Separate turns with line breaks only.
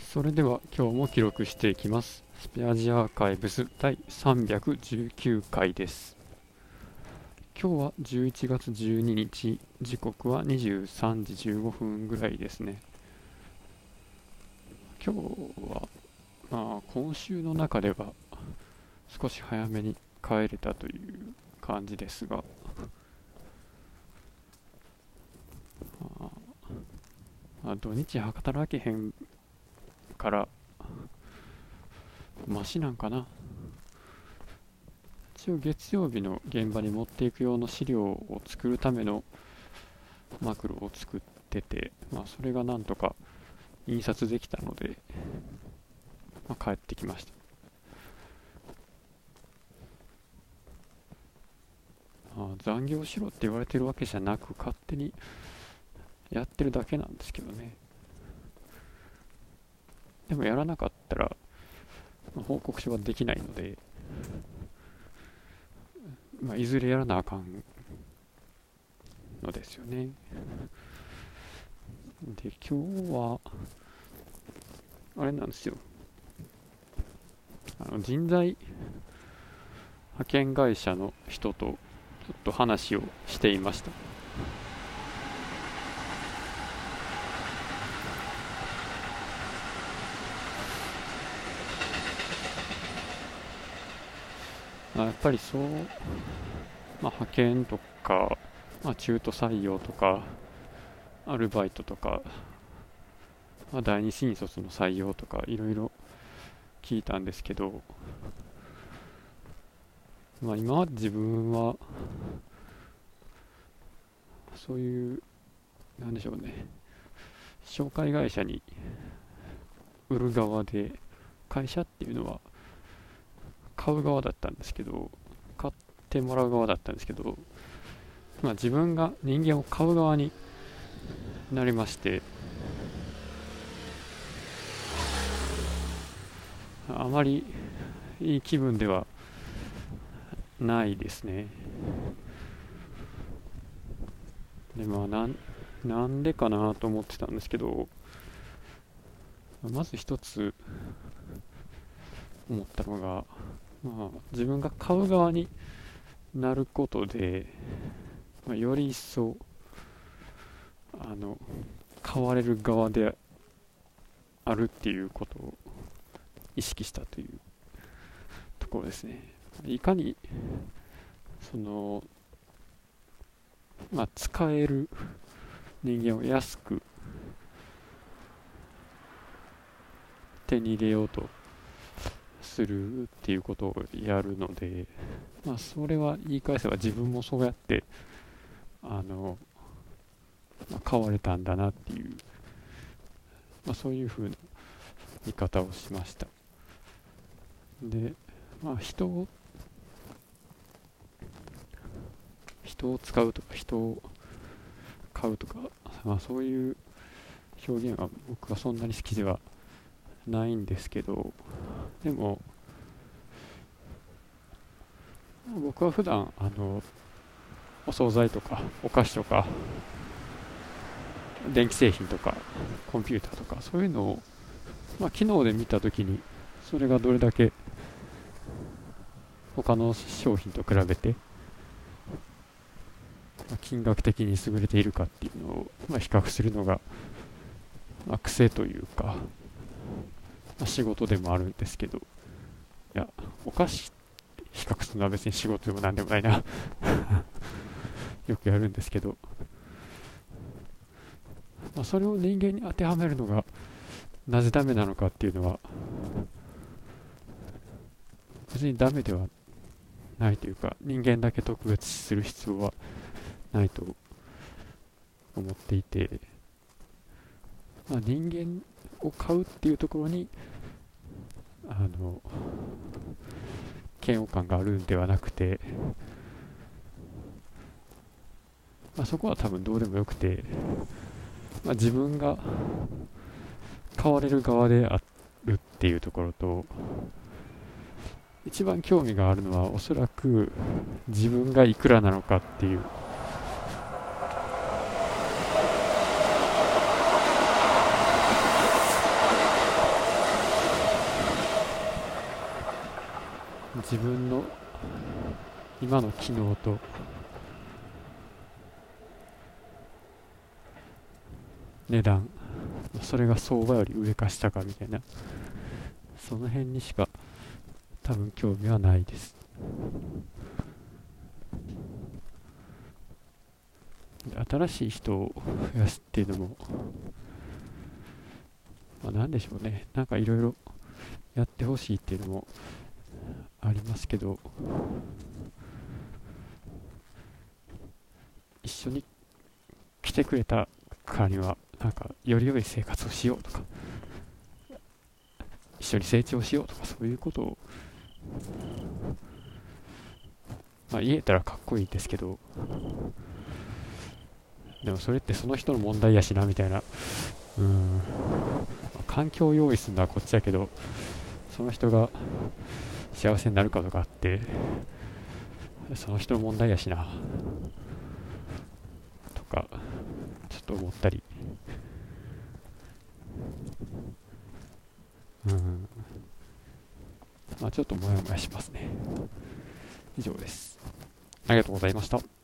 それでは今日も記録していきます。スペアジアーカイブス第319回です。今日は11月12日、時刻は23時15分ぐらいですね。今日は今週の中では少し早めに帰れたという感じですが、土日働けへんからマシなんかな。一応月曜日の現場に持っていく用の資料を作るためのマクロを作ってて、それがなんとか印刷できたので、帰ってきました。残業しろって言われてるわけじゃなく、勝手にやってるだけなんですけどね。でもやらなかったら報告書はできないので、いずれやらなあかんのですよね。で、今日はあれなんですよ、人材派遣会社の人とちょっと話をしていました。やっぱりそう、派遣とか、中途採用とかアルバイトとか、第二新卒の採用とかいろいろ聞いたんですけど、今まで自分はそういうなんでしょうね、紹介会社に売る側で、会社っていうのは買う側だったんですけど、買ってもらう側だったんですけど、自分が人間を買う側になりまして、あまりいい気分ではないですね。で、なんでかなと思ってたんですけど、まず一つ思ったのが、自分が買う側になることで、より一層買われる側であるっていうことを意識したというところですね。いかに使える人間を安く手に入れようとするっていうことをやるので、それは言い返せば自分もそうやって買われたんだなっていう、そういう風な見方をしました。で、人を使うとか人を買うとか、そういう表現は僕はそんなに好きではないんですけど、でも僕は普段お惣菜とかお菓子とか電気製品とかコンピューターとかそういうのを、機能で見たときに、それがどれだけ他の商品と比べて金額的に優れているかっていうのを、比較するのが、癖というか、仕事でもあるんですけど、いや、お菓子比較するのは別に仕事でもなんでもないなよくやるんですけど、それを人間に当てはめるのがなぜダメなのかっていうのは、別にダメではないというか、人間だけ特別視する必要はないと思っていて、人間を買うっていうところに嫌悪感があるんではなくて、そこは多分どうでもよくて、自分が買われる側であるっていうところと、一番興味があるのはおそらく自分がいくらなのかっていう、 自分の今の機能と値段、それが相場より上か下かみたいな、その辺にしか多分興味はないです。新しい人を増やすっていうのも、なんでしょうね、なんかいろいろやってほしいっていうのもありますけど、一緒に来てくれたからにはなんかより良い生活をしようとか、一緒に成長しようとか、そういうことを言えたらかっこいいですけど、でもそれってその人の問題やしなみたいな、環境を用意するのはこっちだけど、その人が幸せになるかとかってその人の問題やしなとかちょっと思ったり、ちょっとモヤモヤしますね。以上です。ありがとうございました。